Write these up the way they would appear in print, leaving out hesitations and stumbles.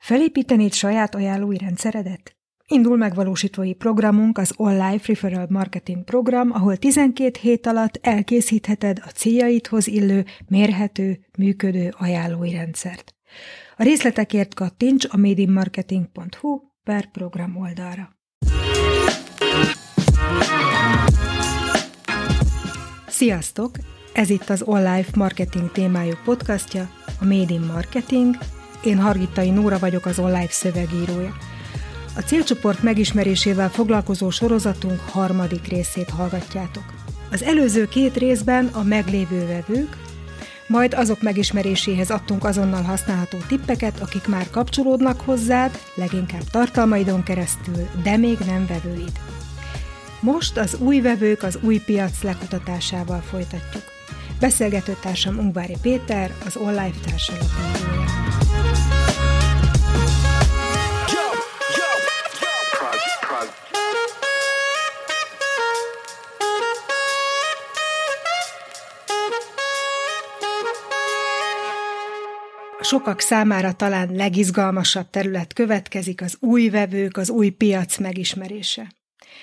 Felépítenéd saját ajánlói rendszeredet? Indul megvalósítói programunk, az All Life Referral Marketing program, ahol 12 hét alatt elkészítheted a céljaidhoz illő, mérhető, működő ajánlói rendszert. A részletekért kattints a madeinmarketing.hu/program oldalra. Sziasztok! Ez itt az All Life Marketing témájú podcastja, a Made in Marketing. Én Hargittai Nóra vagyok, az All Life szövegírója. A célcsoport megismerésével foglalkozó sorozatunk harmadik részét hallgatjátok. Az előző 2 részben a meglévő vevők, majd azok megismeréséhez adtunk azonnal használható tippeket, akik már kapcsolódnak hozzád, leginkább tartalmaidon keresztül, de még nem vevőid. Most az új vevők, az új piac lekutatásával folytatjuk. Beszélgetőtársam Ungvári Péter, az All Life társalapítója. Sokak számára talán legizgalmasabb terület következik, az új vevők, az új piac megismerése.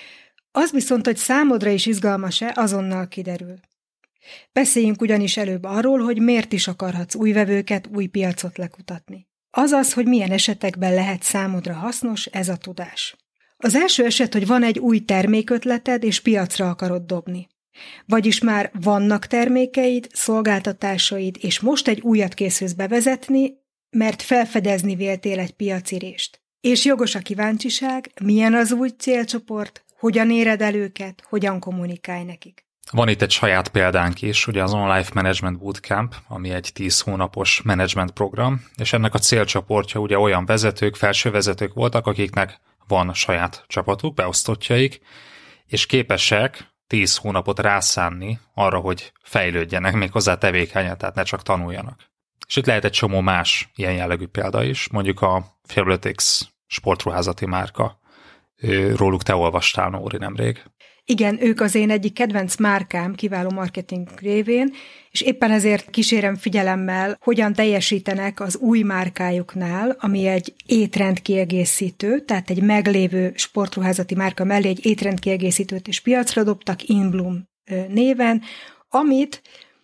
Az viszont, hogy számodra is izgalmas-e, azonnal kiderül. Beszéljünk ugyanis előbb arról, hogy miért is akarhatsz új vevőket, új piacot lekutatni. Azaz, hogy milyen esetekben lehet számodra hasznos ez a tudás. Az első eset, hogy van egy új termékötleted, és piacra akarod dobni. Vagyis már vannak termékeid, szolgáltatásaid, és most egy újat készülsz bevezetni, mert felfedezni véltél egy piaci rést. És jogos a kíváncsiság, milyen az új célcsoport, hogyan éred el őket, hogyan kommunikálj nekik. Van itt egy saját példánk is, ugye az On Life Management Bootcamp, ami egy 10 hónapos menedzsment program, és ennek a célcsoportja ugye olyan vezetők, felsővezetők voltak, akiknek van saját csapatuk, beosztottjaik, és képesek 10 hónapot rászánni arra, hogy fejlődjenek méghozzá tevékenyen, tehát ne csak tanuljanak. És itt lehet egy csomó más ilyen jellegű példa is, mondjuk a Fabletics sportruházati márka. Róluk te olvastál, Nóri, nemrég. Igen, ők az én egyik kedvenc márkám, kiváló marketing révén, és éppen ezért kísérem figyelemmel, hogyan teljesítenek az új márkájuknál, ami egy étrendkiegészítő, tehát egy meglévő sportruházati márka mellé egy étrendkiegészítőt is piacra dobtak, InBloom néven, amit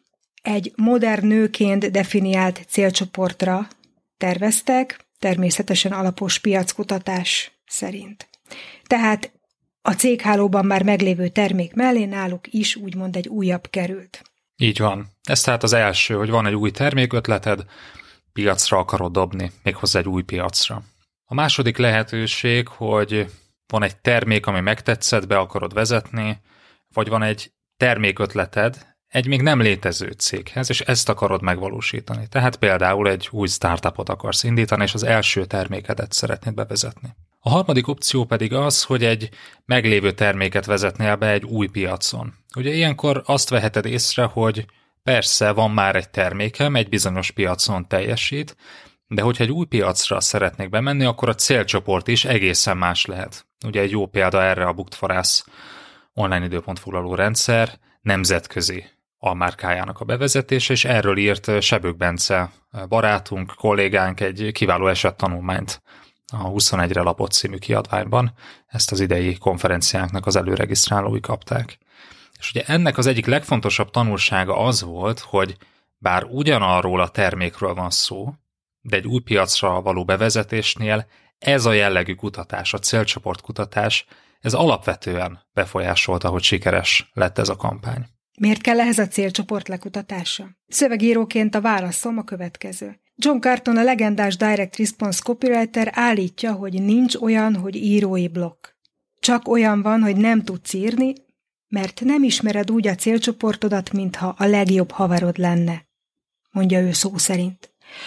egy modern nőként definiált célcsoportra terveztek, természetesen alapos piackutatás szerint. Tehát a céghálóban már meglévő termék mellé náluk is úgymond egy újabb került. Így van. Ez tehát az első, hogy van egy új termékötleted, piacra akarod dobni, méghozzá egy új piacra. A második lehetőség, hogy van egy termék, ami megtetszett, be akarod vezetni, vagy van egy termékötleted egy még nem létező céghez, és ezt akarod megvalósítani. Tehát például egy új startupot akarsz indítani, és az első termékedet szeretnéd bevezetni. A harmadik opció pedig az, hogy egy meglévő terméket vezetnél be egy új piacon. Ugye ilyenkor azt veheted észre, hogy persze van már egy termékem, egy bizonyos piacon teljesít, de hogyha egy új piacra szeretnék bemenni, akkor a célcsoport is egészen más lehet. Ugye egy jó példa erre a Booked4Us online időpontfoglaló rendszer nemzetközi almárkájának a bevezetése, és erről írt Sebők Bence barátunk, kollégánk egy kiváló esettanulmányt a 21-re lapot című kiadványban. Ezt az idei konferenciánknak az előregisztrálói kapták. És ugye ennek az egyik legfontosabb tanulsága az volt, hogy bár ugyanarról a termékről van szó, de egy új piacra való bevezetésnél ez a jellegű kutatás, a célcsoportkutatás, ez alapvetően befolyásolta, hogy sikeres lett ez a kampány. Miért kell ehhez a célcsoport lekutatása? Szövegíróként a válaszom a következő. John Carton, a legendás Direct Response copywriter állítja, hogy nincs olyan, hogy írói blokk. Csak olyan van, hogy nem tudsz írni, mert nem ismered úgy a célcsoportodat, mintha a legjobb haverod lenne, mondja ő szó szerint.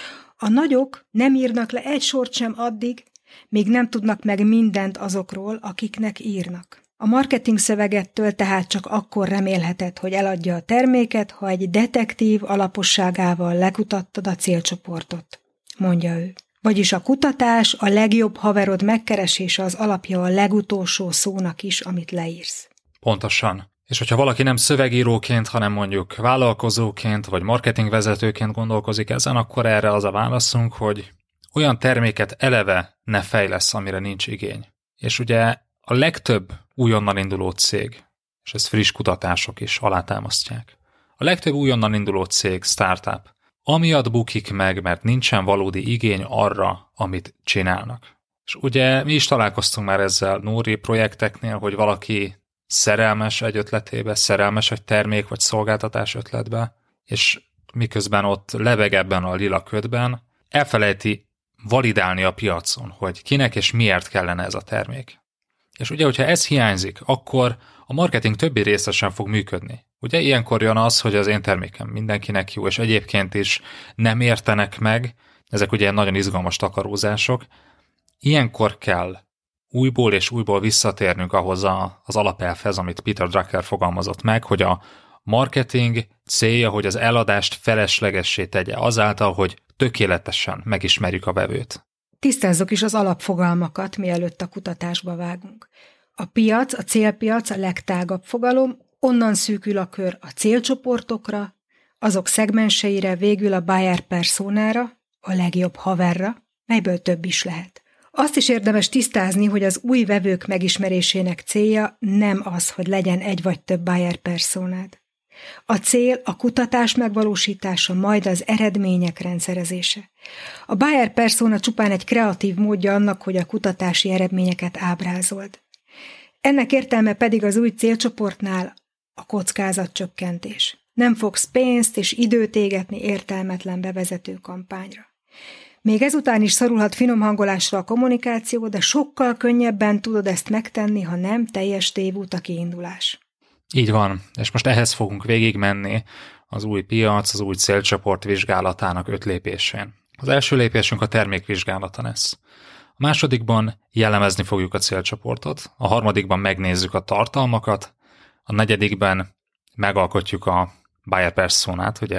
A nagyok nem írnak le egy sort sem addig, míg nem tudnak meg mindent azokról, akiknek írnak. A marketing szövegettől tehát csak akkor remélheted, hogy eladja a terméket, ha egy detektív alaposságával lekutattad a célcsoportot, mondja ő. Vagyis a kutatás, a legjobb haverod megkeresése az alapja a legutolsó szónak is, amit leírsz. Pontosan. És hogyha valaki nem szövegíróként, hanem mondjuk vállalkozóként vagy marketingvezetőként gondolkozik ezen, akkor erre az a válaszunk, hogy olyan terméket eleve ne fejlesz, amire nincs igény. És ugye a legtöbb újonnan induló cég, és ezt friss kutatások is alátámasztják, a legtöbb újonnan induló cég, startup, amiatt bukik meg, mert nincsen valódi igény arra, amit csinálnak. És ugye mi is találkoztunk már ezzel Nóri projekteknél, hogy valaki szerelmes egy ötletébe, szerelmes egy termék vagy szolgáltatás ötletbe, és miközben ott lebeg ebben a lila ködben, elfelejti validálni a piacon, hogy kinek és miért kellene ez a termék. És ugye, hogyha ez hiányzik, akkor a marketing többi része sem fog működni. Ugye ilyenkor jön az, hogy az én termékem mindenkinek jó, és egyébként is nem értenek meg, ezek ugye nagyon izgalmas takarózások. Ilyenkor kell újból és újból visszatérnünk ahhoz az alapelvhez, amit Peter Drucker fogalmazott meg, hogy a marketing célja, hogy az eladást feleslegessé tegye azáltal, hogy tökéletesen megismerjük a vevőt. Tisztázzuk is az alapfogalmakat, mielőtt a kutatásba vágunk. A piac, a célpiac a legtágabb fogalom, onnan szűkül a kör a célcsoportokra, azok szegmenseire, végül a buyer personára, a legjobb haverra, melyből több is lehet. Azt is érdemes tisztázni, hogy az új vevők megismerésének célja nem az, hogy legyen egy vagy több buyer personád. A cél a kutatás megvalósítása, majd az eredmények rendszerezése. A buyer persona csupán egy kreatív módja annak, hogy a kutatási eredményeket ábrázold. Ennek értelme pedig az új célcsoportnál a kockázatcsökkentés. Nem fogsz pénzt és időt égetni értelmetlen bevezető kampányra. Még ezután is szorulhat finom hangolásra a kommunikáció, de sokkal könnyebben tudod ezt megtenni, ha nem teljes tévút a kiindulás. Így van, és most ehhez fogunk végigmenni az új piac, az új célcsoport vizsgálatának 5 lépésén. Az első lépésünk a termékvizsgálata lesz. A másodikban jellemezni fogjuk a célcsoportot, a harmadikban megnézzük a tartalmakat, a negyedikben megalkotjuk a buyer personát, ugye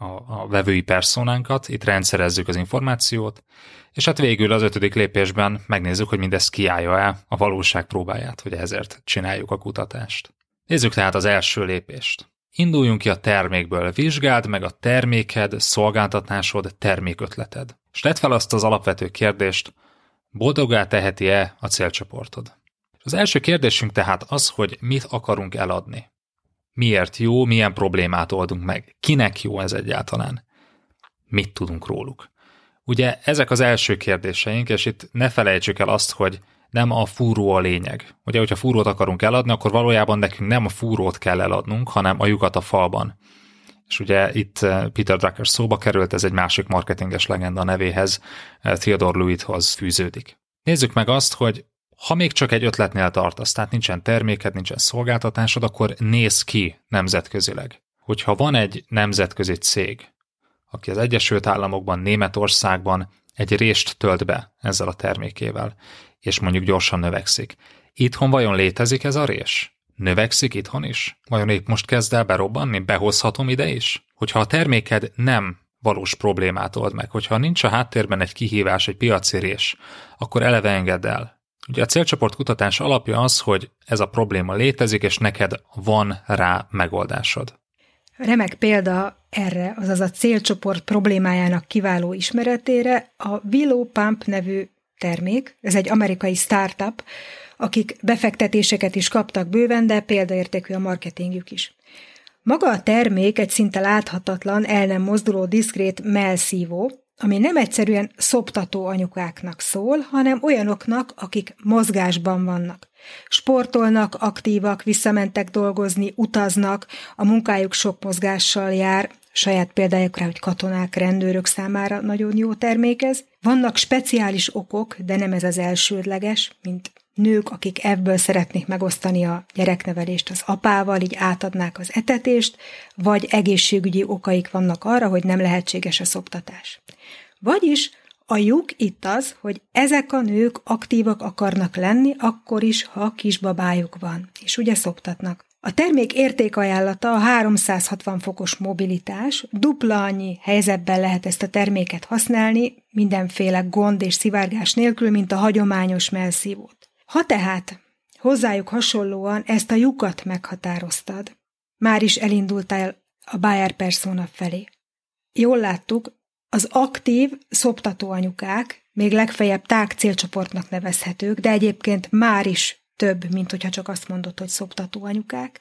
a vevői personánkat, itt rendszerezzük az információt, és hát végül az 5. lépésben megnézzük, hogy mindez kiállja el a valóság próbáját, hogy ezért csináljuk a kutatást. Nézzük tehát az első lépést. Induljunk ki a termékből, vizsgáld meg a terméked, szolgáltatásod, termékötleted. És tedd fel azt az alapvető kérdést, boldoggá teheti-e a célcsoportod? Az első kérdésünk tehát az, hogy mit akarunk eladni. Miért jó, milyen problémát oldunk meg, kinek jó ez egyáltalán, mit tudunk róluk. Ugye ezek az első kérdéseink, és itt ne felejtsük el azt, hogy nem a fúró a lényeg. Ugye, hogyha fúrót akarunk eladni, akkor valójában nekünk nem a fúrót kell eladnunk, hanem a lyukat a falban. És ugye itt Peter Drucker szóba került, ez egy másik marketinges legenda nevéhez, Theodore Levitthoz fűződik. Nézzük meg azt, hogy ha még csak egy ötletnél tartasz, tehát nincsen terméked, nincsen szolgáltatásod, akkor nézz ki nemzetközileg. Hogyha van egy nemzetközi cég, aki az Egyesült Államokban, Németországban egy rést tölt be ezzel a termékével, és mondjuk gyorsan növekszik. Itthon vajon létezik ez a rés? Növekszik itthon is? Vajon épp most kezd el berobbanni? Behozhatom ide is? Hogyha a terméked nem valós problémát old meg, hogyha nincs a háttérben egy kihívás, egy piaci rés, akkor eleve engedd el. Ugye a célcsoport kutatás alapja az, hogy ez a probléma létezik, és neked van rá megoldásod. Remek példa erre, azaz a célcsoport problémájának kiváló ismeretére a Willow Pump nevű termék, ez egy amerikai startup, akik befektetéseket is kaptak bőven, de példaértékű a marketingjük is. Maga a termék egy szinte láthatatlan, el nem mozduló diszkrét mellszívó, ami nem egyszerűen szoptató anyukáknak szól, hanem olyanoknak, akik mozgásban vannak. Sportolnak, aktívak, visszamentek dolgozni, utaznak, a munkájuk sok mozgással jár, saját példájukra, hogy katonák, rendőrök számára nagyon jó termék ez. Vannak speciális okok, de nem ez az elsődleges, mint nők, akik ebből szeretnék megosztani a gyereknevelést az apával, így átadnák az etetést, vagy egészségügyi okaik vannak arra, hogy nem lehetséges a szoptatás. Vagyis a lyuk itt az, hogy ezek a nők aktívak akarnak lenni, akkor is, ha kisbabájuk van, és ugye szoptatnak. A termék értékajánlata a 360 fokos mobilitás, dupla annyi helyzetben lehet ezt a terméket használni, mindenféle gond és szivárgás nélkül, mint a hagyományos mellszívót. Ha tehát hozzájuk hasonlóan ezt a lyukat meghatároztad, már is elindultál a buyer persona felé. Jól láttuk, Az aktív szoptatóanyukák még legfeljebb tág célcsoportnak nevezhetők, de egyébként már is több, mint hogyha csak azt mondod, hogy szoptatóanyukák.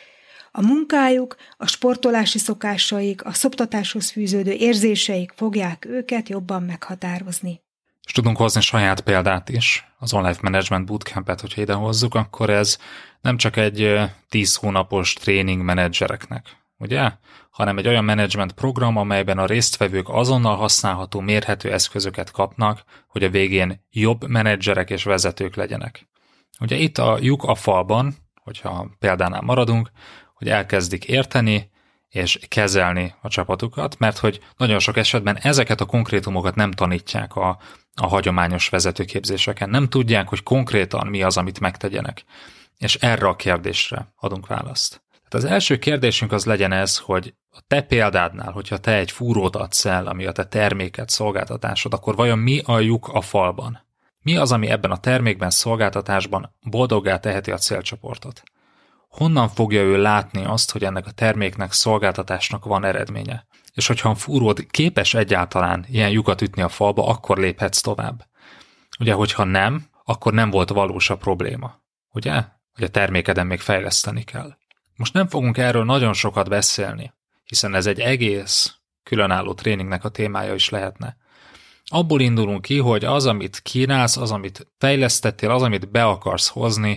A munkájuk, a sportolási szokásaik, a szoptatáshoz fűződő érzéseik fogják őket jobban meghatározni. És tudunk hozni saját példát is. Az Online Management Bootcampet, hogyha ide hozzuk, akkor ez nem csak egy 10 hónapos tréning menedzsereknek, ugye? Hanem egy olyan menedzsment program, amelyben a résztvevők azonnal használható, mérhető eszközöket kapnak, hogy a végén jobb menedzserek és vezetők legyenek. Ugye itt a lyuk a falban, hogyha példánál maradunk, hogy elkezdik érteni és kezelni a csapatukat, mert hogy nagyon sok esetben ezeket a konkrétumokat nem tanítják a hagyományos vezetőképzéseken. Nem tudják, hogy konkrétan mi az, amit megtegyenek. És erre a kérdésre adunk választ. Tehát az első kérdésünk az legyen ez, hogy a te példádnál, hogyha te egy fúrót adsz el, ami a te terméket, szolgáltatásod, akkor vajon mi a lyuk a falban? Mi az, ami ebben a termékben, szolgáltatásban boldoggá teheti a célcsoportot? Honnan fogja ő látni azt, hogy ennek a terméknek, szolgáltatásnak van eredménye? És hogyha a fúród képes egyáltalán ilyen lyukat ütni a falba, akkor léphetsz tovább. Ugye, hogyha nem, akkor nem volt valós a probléma. Ugye? Hogy a termékeden még fejleszteni kell. Most nem fogunk erről nagyon sokat beszélni, hiszen ez egy egész különálló tréningnek a témája is lehetne. Abból indulunk ki, hogy az, amit kínálsz, az, amit fejlesztettél, az, amit be akarsz hozni,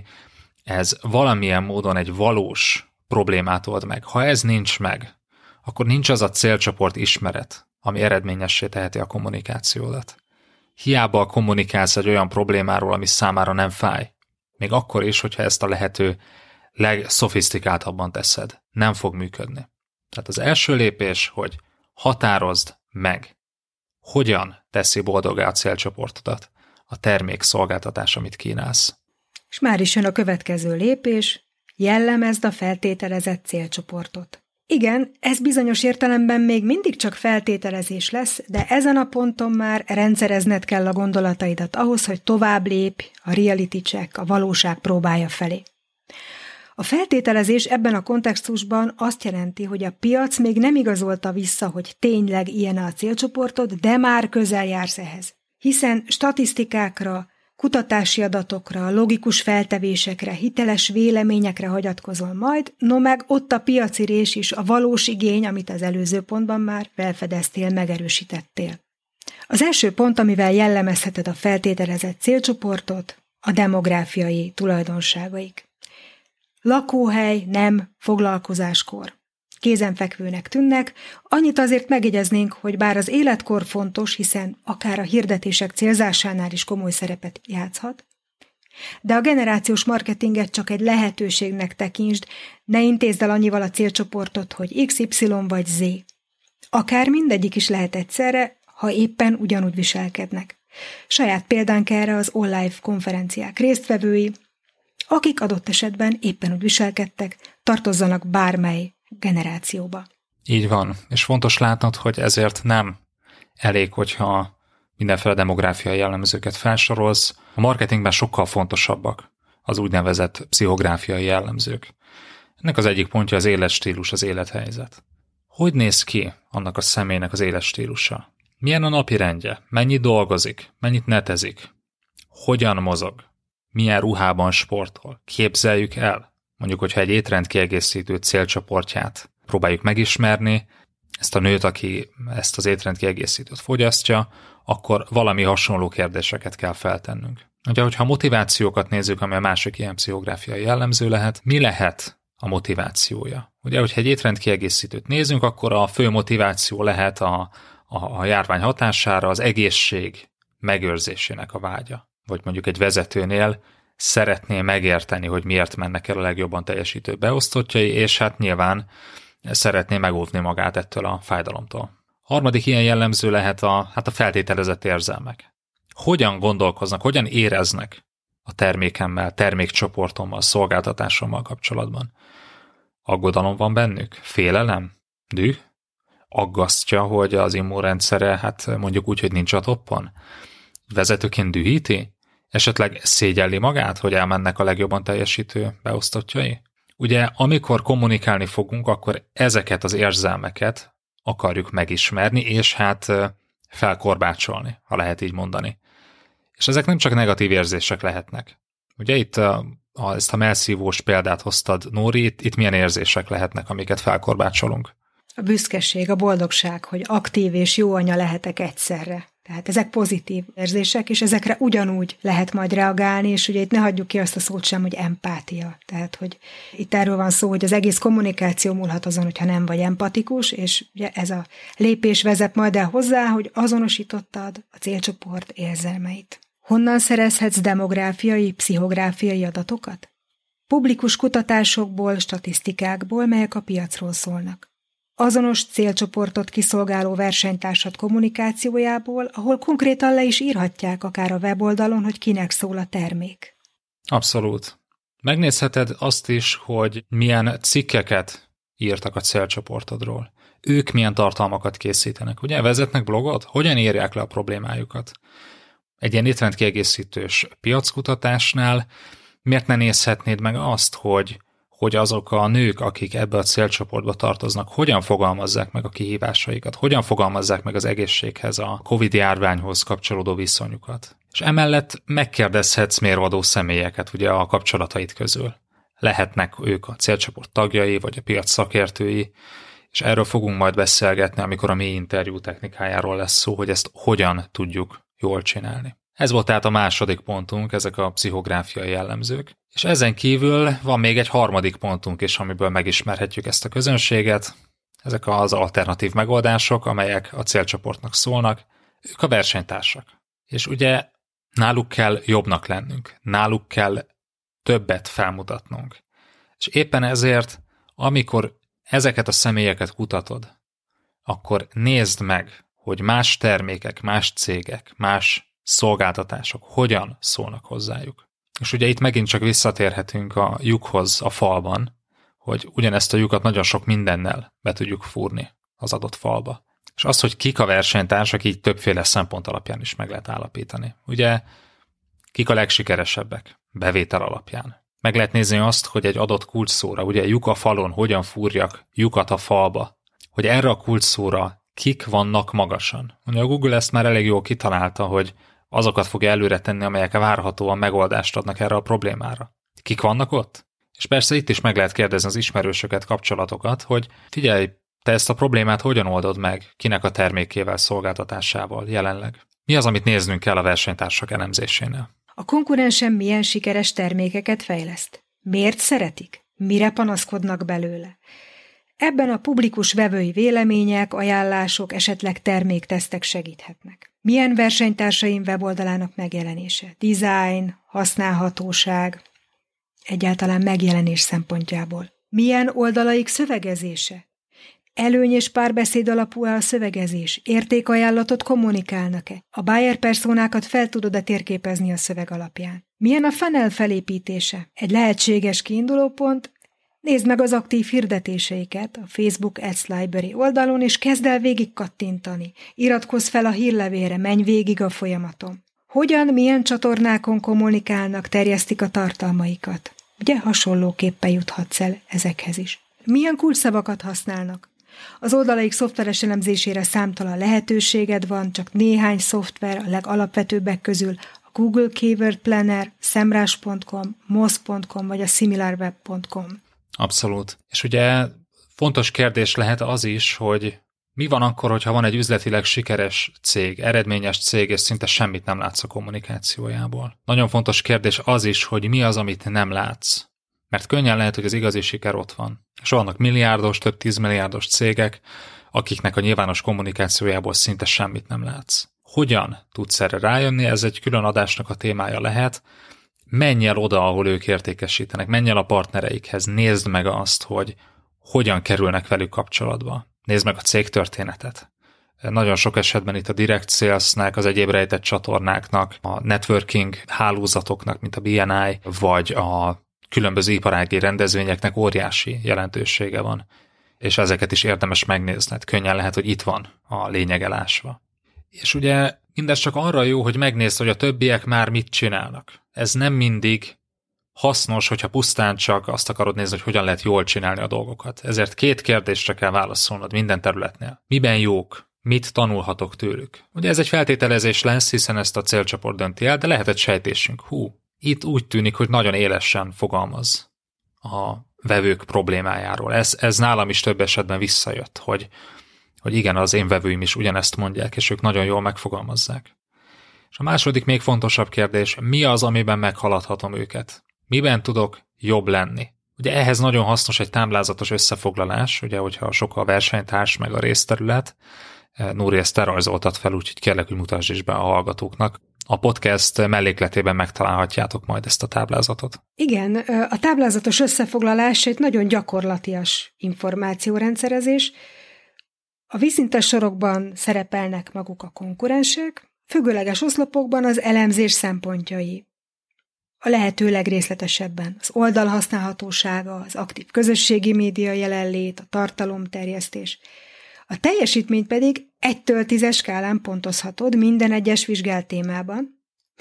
ez valamilyen módon egy valós problémát old meg. Ha ez nincs meg, akkor nincs az a célcsoport ismeret, ami eredményessé teheti a kommunikációdat. Hiába kommunikálsz egy olyan problémáról, ami számára nem fáj. Még akkor is, hogyha ezt a lehető legszofisztikáltabban teszed. Nem fog működni. Tehát az első lépés, hogy határozd meg, hogyan teszi boldoggá a célcsoportodat a termék, szolgáltatás, amit kínálsz. És már is jön a következő lépés, jellemezd a feltételezett célcsoportot. Igen, ez bizonyos értelemben még mindig csak feltételezés lesz, de ezen a ponton már rendszerezned kell a gondolataidat ahhoz, hogy tovább lépj a reality check, a valóság próbája felé. A feltételezés ebben a kontextusban azt jelenti, hogy a piac még nem igazolta vissza, hogy tényleg ilyen a célcsoportod, de már közel jársz ehhez. Hiszen statisztikákra, kutatási adatokra, logikus feltevésekre, hiteles véleményekre hagyatkozol majd, no meg ott a piaci rés is, a valós igény, amit az előző pontban már felfedeztél, megerősítettél. Az első pont, amivel jellemezheted a feltételezett célcsoportot, a demográfiai tulajdonságaik. Lakóhely, nem, foglalkozáskor. Kézenfekvőnek tűnnek, annyit azért megjegyeznénk, hogy bár az életkor fontos, hiszen akár a hirdetések célzásánál is komoly szerepet játszhat, de a generációs marketinget csak egy lehetőségnek tekintsd, ne intézd el annyival a célcsoportot, hogy XY vagy Z. Akár mindegyik is lehet egyszerre, ha éppen ugyanúgy viselkednek. Saját példánk erre az online konferenciák résztvevői, akik adott esetben éppen úgy viselkedtek, tartozzanak bármely generációba. Így van, és fontos látnod, hogy ezért nem elég, hogyha mindenféle demográfiai jellemzőket felsorolsz. A marketingben sokkal fontosabbak az úgynevezett pszichográfiai jellemzők. Ennek az egyik pontja az életstílus, az élethelyzet. Hogy néz ki annak a személynek az életstílusa? Milyen a napirendje? Mennyit dolgozik? Mennyit netezik? Hogyan mozog? Milyen ruhában sportol? Képzeljük el. Mondjuk, hogyha egy étrendkiegészítő célcsoportját próbáljuk megismerni, ezt a nőt, aki ezt az étrendkiegészítőt fogyasztja, akkor valami hasonló kérdéseket kell feltennünk. Ugye, hogyha a motivációkat nézzük, ami a másik ilyen pszichográfiai jellemző lehet, mi lehet a motivációja? Ugye, hogyha egy étrendkiegészítőt nézzünk, akkor a fő motiváció lehet a járvány hatására az egészség megőrzésének a vágya. Vagy mondjuk egy vezetőnél szeretné megérteni, hogy miért mennek el a legjobban teljesítő beosztottjai, és hát nyilván szeretné megóvni magát ettől a fájdalomtól. Harmadik ilyen jellemző lehet a feltételezett érzelmek. Hogyan gondolkoznak, hogyan éreznek a termékemmel, termékcsoportommal, szolgáltatásommal kapcsolatban? Aggodalom van bennük? Félelem? Düh? Aggasztja, hogy az immunrendszere, mondjuk úgy, hogy nincs a toppon? Vezetőként dühíti? Esetleg szégyelli magát, hogy elmennek a legjobban teljesítő beosztottjai? Ugye, amikor kommunikálni fogunk, akkor ezeket az érzelmeket akarjuk megismerni, és felkorbácsolni, ha lehet így mondani. És ezek nem csak negatív érzések lehetnek. Ugye itt ezt a mellszívós példát hoztad, Nóri, itt milyen érzések lehetnek, amiket felkorbácsolunk? A büszkeség, a boldogság, hogy aktív és jó anya lehetek egyszerre. Tehát ezek pozitív érzések, és ezekre ugyanúgy lehet majd reagálni, és ugye itt ne hagyjuk ki azt a szót sem, hogy empátia. Tehát, hogy itt erről van szó, hogy az egész kommunikáció múlhat azon, hogyha nem vagy empatikus, és ugye ez a lépés vezet majd el hozzá, hogy azonosítottad a célcsoport érzelmeit. Honnan szerezhetsz demográfiai, pszichográfiai adatokat? Publikus kutatásokból, statisztikákból, melyek a piacról szólnak. Azonos célcsoportot kiszolgáló versenytársad kommunikációjából, ahol konkrétan le is írhatják akár a weboldalon, hogy kinek szól a termék. Abszolút. Megnézheted azt is, hogy milyen cikkeket írtak a célcsoportodról. Ők milyen tartalmakat készítenek. Ugye vezetnek blogot? Hogyan írják le a problémájukat? Egy ilyen étrendkiegészítős piackutatásnál miért ne nézhetnéd meg azt, hogy azok a nők, akik ebbe a célcsoportba tartoznak, hogyan fogalmazzák meg a kihívásaikat, hogyan fogalmazzák meg az egészséghez, a Covid-járványhoz kapcsolódó viszonyukat. És emellett megkérdezhetsz mérvadó személyeket ugye a kapcsolataid közül. Lehetnek ők a célcsoport tagjai, vagy a piac szakértői, és erről fogunk majd beszélgetni, amikor a mély interjú technikájáról lesz szó, hogy ezt hogyan tudjuk jól csinálni. Ez volt tehát a második pontunk, ezek a pszichográfiai jellemzők. És ezen kívül van még egy harmadik pontunk is, amiből megismerhetjük ezt a közönséget. Ezek az alternatív megoldások, amelyek a célcsoportnak szólnak. Ők a versenytársak. És ugye náluk kell jobbnak lennünk, náluk kell többet felmutatnunk. És éppen ezért, amikor ezeket a személyeket kutatod, akkor nézd meg, hogy más termékek, más cégek, más szolgáltatások hogyan szólnak hozzájuk. És ugye itt megint csak visszatérhetünk a lyukhoz a falban, hogy ugyanezt a lyukat nagyon sok mindennel be tudjuk fúrni az adott falba. És az, hogy kik a versenytársak, így többféle szempont alapján is meg lehet állapítani. Ugye kik a legsikeresebbek? Bevétel alapján. Meg lehet nézni azt, hogy egy adott kulcsszóra, ugye lyuk a falon, hogyan fúrjak lyukat a falba, hogy erre a kulcsszóra kik vannak magasan. Ugye a Google ezt már elég jól kitalálta, hogy azokat fogja előre tenni, amelyek várhatóan megoldást adnak erre a problémára. Kik vannak ott? És persze itt is meg lehet kérdezni az ismerősöket, kapcsolatokat, hogy figyelj, te ezt a problémát hogyan oldod meg, kinek a termékével, szolgáltatásával jelenleg? Mi az, amit néznünk kell a versenytársak elemzésénél? A konkurensem milyen sikeres termékeket fejleszt? Miért szeretik? Mire panaszkodnak belőle? Ebben a publikus vevői vélemények, ajánlások, esetleg terméktesztek segíthetnek. Milyen versenytársaim weboldalának megjelenése? Design, használhatóság, egyáltalán megjelenés szempontjából. Milyen oldalaik szövegezése? Előny és párbeszéd alapú-e a szövegezés? Értékajánlatot kommunikálnak-e? A buyer personákat fel tudod-e térképezni a szöveg alapján? Milyen a funnel felépítése? Egy lehetséges kiindulópont. Nézd meg az aktív hirdetéseiket a Facebook Ads Library oldalon, és kezd el végig kattintani. Iratkozz fel a hírlevélre, menj végig a folyamaton. Hogyan, milyen csatornákon kommunikálnak, terjesztik a tartalmaikat? Ugye hasonlóképpen juthatsz el ezekhez is. Milyen kulcsszavakat használnak? Az oldalaik szoftveres elemzésére számtalan lehetőséged van, csak néhány szoftver a legalapvetőbbek közül a Google Keyword Planner, semrush.com, moz.com vagy a similarweb.com. Abszolút. És ugye fontos kérdés lehet az is, hogy mi van akkor, hogyha van egy üzletileg sikeres cég, eredményes cég, és szinte semmit nem látsz a kommunikációjából. Nagyon fontos kérdés az is, hogy mi az, amit nem látsz. Mert könnyen lehet, hogy az igazi siker ott van. És vannak milliárdos, több 10 milliárdos cégek, akiknek a nyilvános kommunikációjából szinte semmit nem látsz. Hogyan tudsz erre rájönni? Ez egy külön adásnak a témája lehet. Menj el oda, ahol ők értékesítenek, menj el a partnereikhez, nézd meg azt, hogy hogyan kerülnek velük kapcsolatba. Nézd meg a cégtörténetet. Nagyon sok esetben itt a direct salesnek, az egyéb rejtett csatornáknak, a networking hálózatoknak, mint a BNI, vagy a különböző iparági rendezvényeknek óriási jelentősége van, és ezeket is érdemes megnézned. Könnyen lehet, hogy itt van a lényeg elásva. És ugye mindez csak arra jó, hogy megnézd, hogy a többiek már mit csinálnak. Ez nem mindig hasznos, hogyha pusztán csak azt akarod nézni, hogy hogyan lehet jól csinálni a dolgokat. Ezért 2 kérdésre kell válaszolnod minden területnél. Miben jók? Mit tanulhatok tőlük? Ugye ez egy feltételezés lesz, hiszen ezt a célcsoport dönti el, de lehet egy sejtésünk. Itt úgy tűnik, hogy nagyon élesen fogalmaz a vevők problémájáról. Ez nálam is több esetben visszajött, hogy igen, az én vevőim is ugyanezt mondják, és ők nagyon jól megfogalmazzák. És a második, még fontosabb kérdés, mi az, amiben meghaladhatom őket? Miben tudok jobb lenni? Ugye ehhez nagyon hasznos egy táblázatos összefoglalás, ugye, hogyha sok a versenytárs meg a részterület. Núri, ezt te rajzoltad fel, úgyhogy kérlek, hogy mutasd is be a hallgatóknak. A podcast mellékletében megtalálhatjátok majd ezt a táblázatot. Igen, a táblázatos összefoglalás egy nagyon gyakorlatias információrendszerezés. A vízszintes sorokban szerepelnek maguk a konkurensek, függőleges oszlopokban az elemzés szempontjai. A lehető legrészletesebben az oldal használhatósága, az aktív közösségi média jelenlét, a tartalomterjesztés. A teljesítményt pedig 1-től 10-es skálán pontozhatod minden egyes vizsgált témában.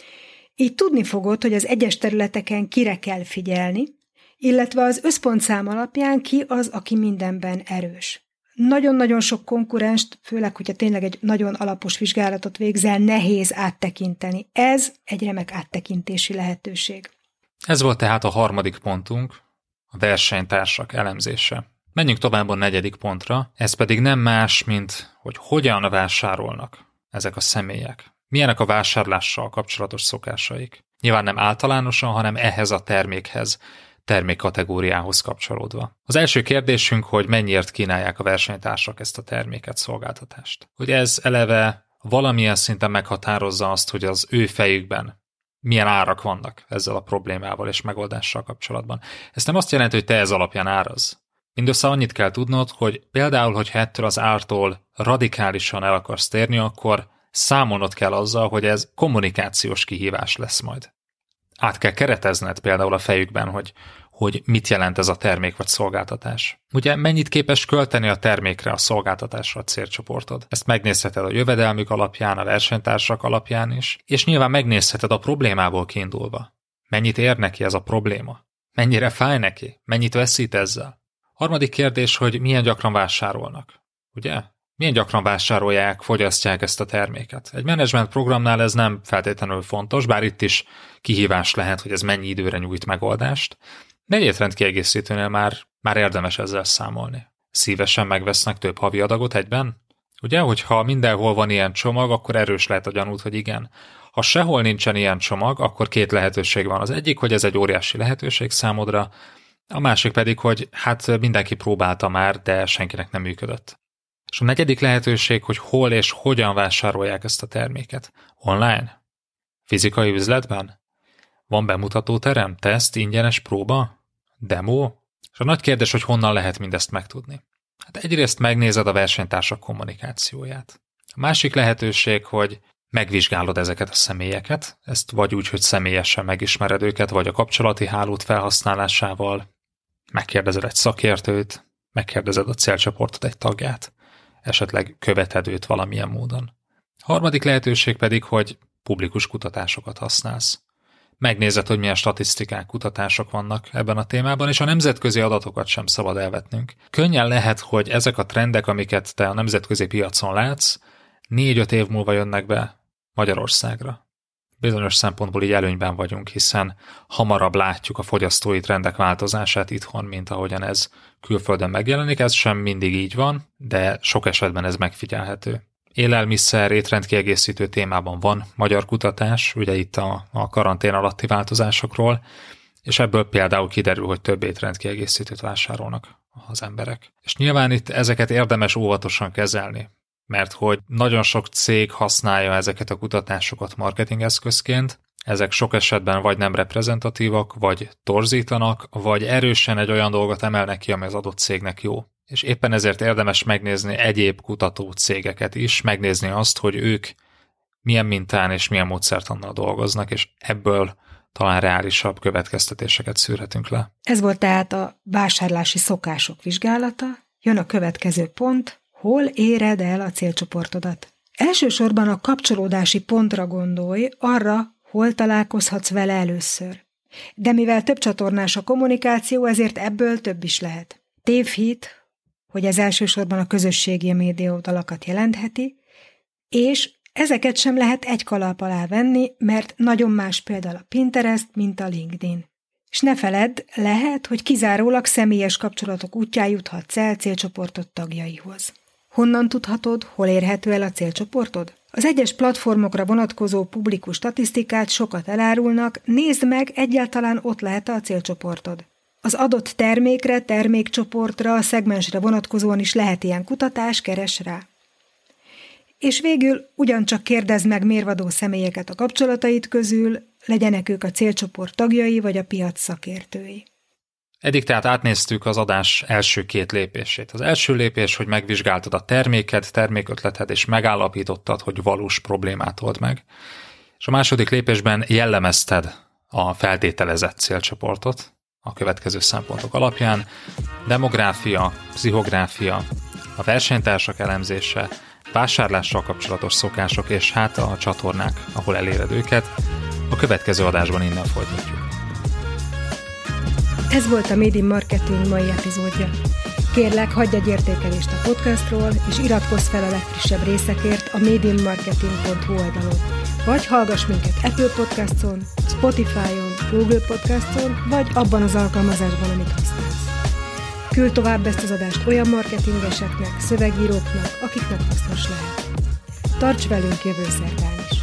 Így tudni fogod, hogy az egyes területeken kire kell figyelni, illetve az összpontszám alapján ki az, aki mindenben erős. Nagyon-nagyon sok konkurenst, főleg, hogyha tényleg egy nagyon alapos vizsgálatot végzel, nehéz áttekinteni. Ez egy remek áttekintési lehetőség. Ez volt tehát a harmadik pontunk, a versenytársak elemzése. Menjünk tovább a negyedik pontra, ez pedig nem más, mint hogy hogyan vásárolnak ezek a személyek. Milyenek a vásárlással kapcsolatos szokásaik. Nyilván nem általánosan, hanem ehhez a termékhez, termékkategóriához kapcsolódva. Az első kérdésünk, hogy mennyiért kínálják a versenytársak ezt a terméket, szolgáltatást. Hogy ez eleve valamilyen szinten meghatározza azt, hogy az ő fejükben milyen árak vannak ezzel a problémával és megoldással kapcsolatban. Ez nem azt jelenti, hogy te ez alapján áraz. Mindössze annyit kell tudnod, hogy például, hogyha ettől az ártól radikálisan el akarsz térni, akkor számolnod kell azzal, hogy ez kommunikációs kihívás lesz majd. Át kell keretezned például a fejükben, hogy mit jelent ez a termék vagy szolgáltatás. Ugye mennyit képes költeni a termékre, a szolgáltatásra a célcsoportod? Ezt megnézheted a jövedelmük alapján, a versenytársak alapján is, és nyilván megnézheted a problémából kiindulva. Mennyit ér neki ez a probléma? Mennyire fáj neki? Mennyit veszít ezzel? Harmadik kérdés, hogy milyen gyakran vásárolnak. Ugye? Milyen gyakran vásárolják, fogyasztják ezt a terméket? Egy menedzsment programnál ez nem feltétlenül fontos, bár itt is kihívás lehet, hogy ez mennyi időre nyújt megoldást, de egy étrendkiegészítőnél már érdemes ezzel számolni. Szívesen megvesznek több havi adagot egyben? Ugye, hogyha mindenhol van ilyen csomag, akkor erős lehet a gyanút, hogy igen. Ha sehol nincsen ilyen csomag, akkor két lehetőség van. Az egyik, hogy ez egy óriási lehetőség számodra, a másik pedig, hogy hát mindenki próbálta már, de senkinek nem működött. És a negyedik lehetőség, hogy hol és hogyan vásárolják ezt a terméket. Online? Fizikai üzletben? Van bemutatóterem, teszt, ingyenes próba? Demo? És a nagy kérdés, hogy honnan lehet mindezt megtudni. Hát egyrészt megnézed a versenytársak kommunikációját. A másik lehetőség, hogy megvizsgálod ezeket a személyeket, ezt vagy úgy, hogy személyesen megismered őket, vagy a kapcsolati hálót felhasználásával, megkérdezed egy szakértőt, megkérdezed a célcsoportot egy tagját, esetleg követed őt valamilyen módon. A harmadik lehetőség pedig, hogy publikus kutatásokat használsz. Megnézed, hogy milyen statisztikák, kutatások vannak ebben a témában, és a nemzetközi adatokat sem szabad elvetnünk. Könnyen lehet, hogy ezek a trendek, amiket te a nemzetközi piacon látsz, 4-5 év múlva jönnek be Magyarországra. Bizonyos szempontból így előnyben vagyunk, hiszen hamarabb látjuk a fogyasztói trendek változását itthon, mint ahogyan ez külföldön megjelenik. Ez sem mindig így van, de sok esetben ez megfigyelhető. Élelmiszer, étrendkiegészítő témában van magyar kutatás, ugye itt a karantén alatti változásokról, és ebből például kiderül, hogy több étrendkiegészítőt vásárolnak az emberek. És nyilván itt ezeket érdemes óvatosan kezelni, mert hogy nagyon sok cég használja ezeket a kutatásokat marketingeszközként, ezek sok esetben vagy nem reprezentatívak, vagy torzítanak, vagy erősen egy olyan dolgot emelnek ki, ami az adott cégnek jó. És éppen ezért érdemes megnézni egyéb kutató cégeket is, megnézni azt, hogy ők milyen mintán és milyen módszertannal dolgoznak, és ebből talán reálisabb következtetéseket szűrhetünk le. Ez volt tehát a vásárlási szokások vizsgálata. Jön a következő pont, hol éred el a célcsoportodat. Elsősorban a kapcsolódási pontra gondolj, arra, hol találkozhatsz vele először. De mivel több csatornás a kommunikáció, ezért ebből több is lehet. Tévhit, hogy ez elsősorban a közösségi média oldalakat jelentheti, és ezeket sem lehet egy kalap alá venni, mert nagyon más például a Pinterest, mint a LinkedIn. És ne feledd, lehet, hogy kizárólag személyes kapcsolatok útján juthatsz el célcsoportod tagjaihoz. Honnan tudhatod, hol érhető el a célcsoportod? Az egyes platformokra vonatkozó publikus statisztikát sokat elárulnak, nézd meg, egyáltalán ott lehet a célcsoportod. Az adott termékre, termékcsoportra, szegmensre vonatkozóan is lehet ilyen kutatás, keres rá. És végül ugyancsak kérdezd meg mérvadó személyeket a kapcsolataid közül, legyenek ők a célcsoport tagjai vagy a piac szakértői. Eddig tehát átnéztük az adás első 2 lépését. Az első lépés, hogy megvizsgáltad a terméket, termékötleted, és megállapítottad, hogy valós problémát old meg. És a második lépésben jellemezted a feltételezett célcsoportot a következő szempontok alapján: demográfia, pszichográfia, a versenytársak elemzése, vásárlással kapcsolatos szokások, és hát a csatornák, ahol eléred őket. A következő adásban innen folytatjuk. Ez volt a Made in Marketing mai epizódja. Kérlek, hagyj egy értékelést a podcastról, és iratkozz fel a legfrissebb részekért a madeinmarketing.hu oldalon. Vagy hallgass minket Apple Podcaston, Spotify-on, Google Podcaston, vagy abban az alkalmazásban, amit használsz. Küld tovább ezt az adást olyan marketingeseknek, szövegíróknak, akiknek hasznos lehet. Tarts velünk jövő szerdán is!